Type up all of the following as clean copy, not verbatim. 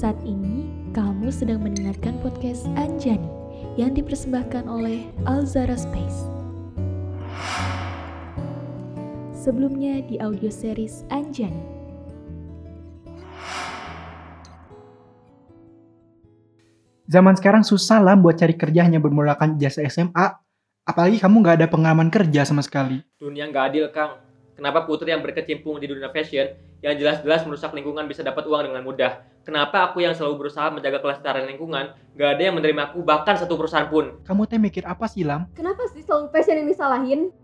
Saat ini, kamu sedang mendengarkan podcast Anjani yang dipersembahkan oleh Alzara Space. Sebelumnya di audio series Anjani. Zaman sekarang susah lah buat cari kerja hanya bermodalkan ijazah SMA. Apalagi kamu nggak ada pengalaman kerja sama sekali. Dunia nggak adil, Kang. Kenapa putri yang berkecimpung di dunia fashion yang jelas-jelas merusak lingkungan bisa dapat uang dengan mudah? Kenapa aku yang selalu berusaha menjaga kelestarian lingkungan nggak ada yang menerima aku bahkan satu perusahaan pun? Kamu teh mikir apa sih, Lam? Kenapa sih selalu fashion yang disalahin?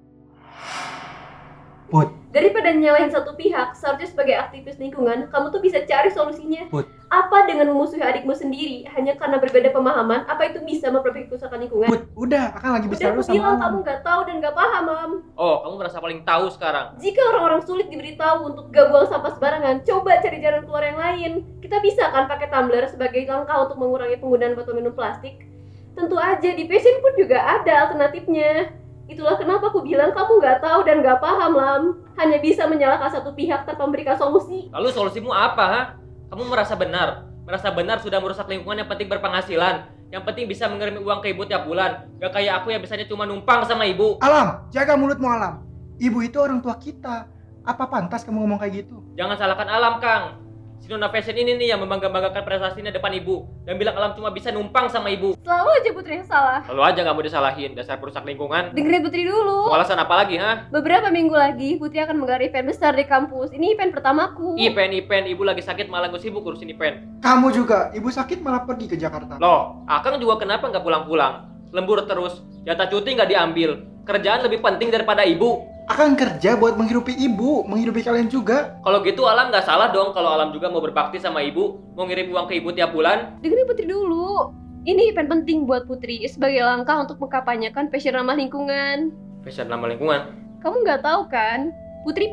Put, Daripada nyalahin satu pihak, seharusnya sebagai aktivis lingkungan, kamu tuh bisa cari solusinya. Put. Apa dengan memusuhi adikmu sendiri hanya karena berbeda pemahaman, apa itu bisa memperbaiki kerusakan lingkungan? Put, udah, akan lagi Udah bicara aku sama bilang Alam. kamu nggak tahu dan nggak paham, Am. Oh, kamu merasa paling tahu sekarang. Jika orang-orang sulit diberitahu untuk gak buang sampah sembarangan, coba cari jalan keluar yang lain. Kita bisa kan pakai tumbler sebagai langkah untuk mengurangi penggunaan botol minum plastik? Tentu aja di fashion pun juga ada alternatifnya. Itulah kenapa aku bilang kamu nggak tahu dan nggak paham, Lam. Hanya bisa menyalahkan satu pihak tanpa memberikan solusi. Lalu solusimu apa, ha? Kamu merasa benar? Merasa benar sudah merusak lingkungan yang penting berpenghasilan? Yang penting bisa mengirim uang ke ibu tiap bulan? Gak kayak aku yang biasanya cuma numpang sama ibu. Alam, jaga mulutmu, Alam. Ibu itu orang tua kita. Apa pantas kamu ngomong kayak gitu? Jangan salahkan Alam, Kang. Si Nona Fashion ini nih yang membangga-banggakan prestasinya depan ibu dan bilang Alam cuma bisa numpang sama ibu. Selalu aja Putri yang salah. Lalu aja nggak mau disalahin, dasar perusak lingkungan. Dengerin Putri dulu. Mau alasan apa lagi, ha? Beberapa minggu lagi, Putri akan menggelar event besar di kampus. Ini event pertamaku. Event, ibu lagi sakit malah gue sibuk urusin event. Kamu juga, ibu sakit malah pergi ke Jakarta. Loh, Akang juga kenapa nggak pulang-pulang? Lembur terus, jatah cuti nggak diambil. Kerjaan lebih penting daripada ibu. Akan kerja buat menghidupi ibu, menghidupi kalian juga. Kalau gitu Alam nggak salah dong kalau Alam juga mau berbakti sama ibu, mau ngirim uang ke ibu tiap bulan. Dengerin Putri dulu. Ini event penting buat Putri sebagai langkah untuk mengkampanyekan fashion ramah lingkungan. Fashion ramah lingkungan. Kamu nggak tahu kan? Putri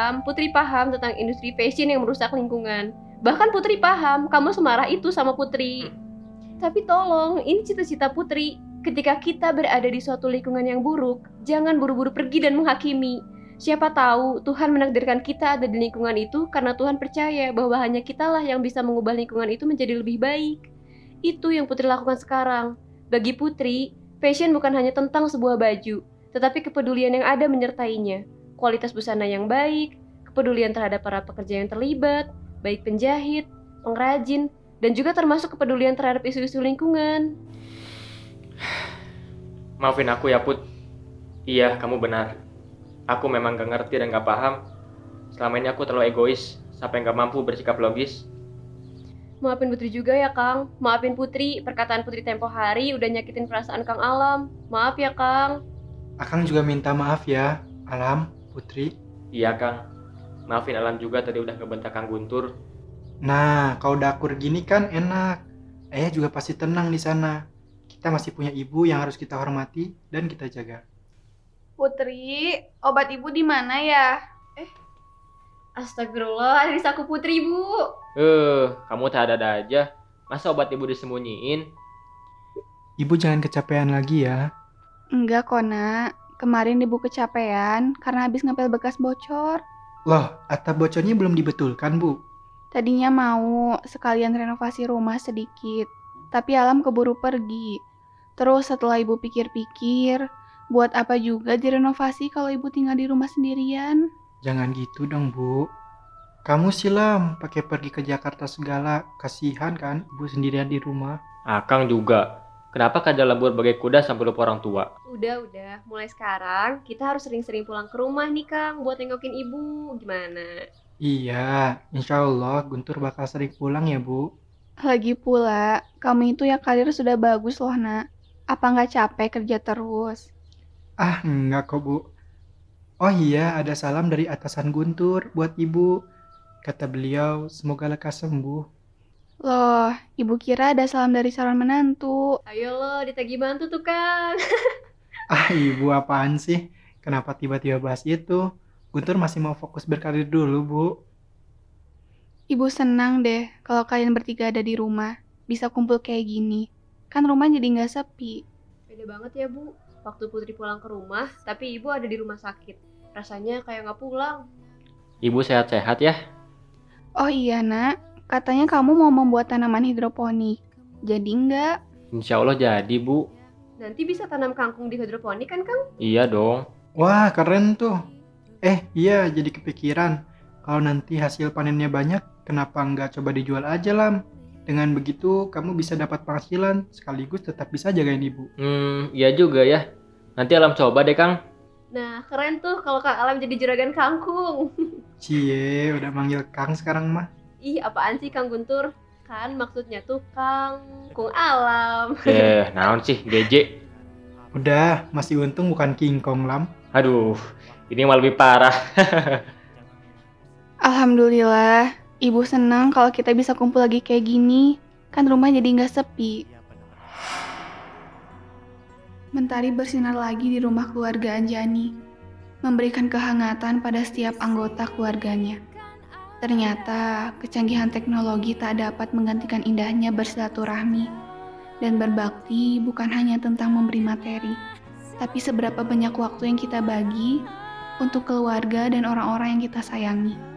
paham tentang industri fashion yang merusak lingkungan. Bahkan Putri paham kamu semarah itu sama Putri. Tapi tolong, ini cita-cita Putri. Ketika kita berada di suatu lingkungan yang buruk, jangan buru-buru pergi dan menghakimi. Siapa tahu Tuhan menakdirkan kita ada di lingkungan itu karena Tuhan percaya bahwa hanya kitalah yang bisa mengubah lingkungan itu menjadi lebih baik. Itu yang Putri lakukan sekarang. Bagi Putri, fashion bukan hanya tentang sebuah baju, tetapi kepedulian yang ada menyertainya. Kualitas busana yang baik, kepedulian terhadap para pekerja yang terlibat, baik penjahit, pengrajin, dan juga termasuk kepedulian terhadap isu-isu lingkungan. Maafin aku ya Put. Iya, kamu benar. Aku memang gak ngerti dan gak paham. Selama ini aku terlalu egois, sampai gak mampu bersikap logis. Maafin Putri juga ya Kang. Maafin Putri, perkataan Putri tempo hari udah nyakitin perasaan Kang Alam. Maaf ya Kang. Akang juga minta maaf ya, Alam, Putri. Iya Kang. Maafin Alam juga tadi udah ngebentak Kang Guntur. Nah, kalau udah akur gini kan enak. Ayah juga pasti tenang di sana. Kita masih punya ibu yang harus kita hormati dan kita jaga. Putri, obat ibu di mana ya? Astagfirullah, ada di saku Putri, Bu. Kamu tak ada aja. Masa obat ibu disembunyiin? Ibu jangan kecapean lagi ya. Enggak kok, Nak. Kemarin ibu kecapean karena habis ngepel bekas bocor. Loh, atap bocornya belum dibetulkan, Bu? Tadinya mau sekalian renovasi rumah sedikit, tapi Alam keburu pergi. Terus setelah ibu pikir-pikir, buat apa juga direnovasi kalau ibu tinggal di rumah sendirian? Jangan gitu dong, Bu. Kamu silam, pakai pergi ke Jakarta segala. Kasihan kan, ibu sendirian di rumah. Akang juga. Kenapa kerja lembur bagai kuda sampai lupa orang tua? Udah. Mulai sekarang, kita harus sering-sering pulang ke rumah nih, Kang, buat nengokin ibu. Gimana? Iya, insya Allah Guntur bakal sering pulang ya, Bu. Lagi pula, kamu itu ya karir sudah bagus loh, Nak. Apa nggak capek kerja terus? Ah, enggak kok, Bu. Oh iya, ada salam dari atasan Guntur buat Ibu. Kata beliau, semoga lekas sembuh. Loh, ibu kira ada salam dari calon menantu. Ayo lo, ditagih bantu tuh, Kang. Ah, Ibu apaan sih? Kenapa tiba-tiba bahas itu? Guntur masih mau fokus berkarir dulu, Bu. Ibu senang deh kalau kalian bertiga ada di rumah. Bisa kumpul kayak gini. Kan rumah jadi nggak sepi. Beda banget ya, Bu. Waktu Putri pulang ke rumah, tapi ibu ada di rumah sakit. Rasanya kayak nggak pulang. Ibu sehat-sehat ya? Oh iya, Nak. katanya kamu mau membuat tanaman hidroponik. Jadi enggak? Insya Allah jadi, Bu. Nanti bisa tanam kangkung di hidroponik kan, Kang? Iya dong. Wah, keren tuh. Iya, jadi kepikiran. Kalau nanti hasil panennya banyak, kenapa nggak coba dijual aja, Lam? Dengan begitu, kamu bisa dapat penghasilan, sekaligus tetap bisa jagain ibu. Iya juga ya. Nanti Alam coba deh, Kang. Nah, keren tuh kalau Kang Alam jadi juragan kangkung. Cie, udah manggil Kang sekarang mah. Ih, apaan sih Kang Guntur? Kan maksudnya tuh Kang Alam. Naon sih, GJ? Udah, masih untung bukan King Kong, Lam. Aduh, ini malah lebih parah. Alhamdulillah, ibu senang kalau kita bisa kumpul lagi kayak gini. Kan rumah jadi nggak sepi. Mentari bersinar lagi di rumah keluarga Anjani, memberikan kehangatan pada setiap anggota keluarganya. Ternyata, kecanggihan teknologi tak dapat menggantikan indahnya bersilaturahmi. Dan berbakti bukan hanya tentang memberi materi, tapi seberapa banyak waktu yang kita bagi untuk keluarga dan orang-orang yang kita sayangi.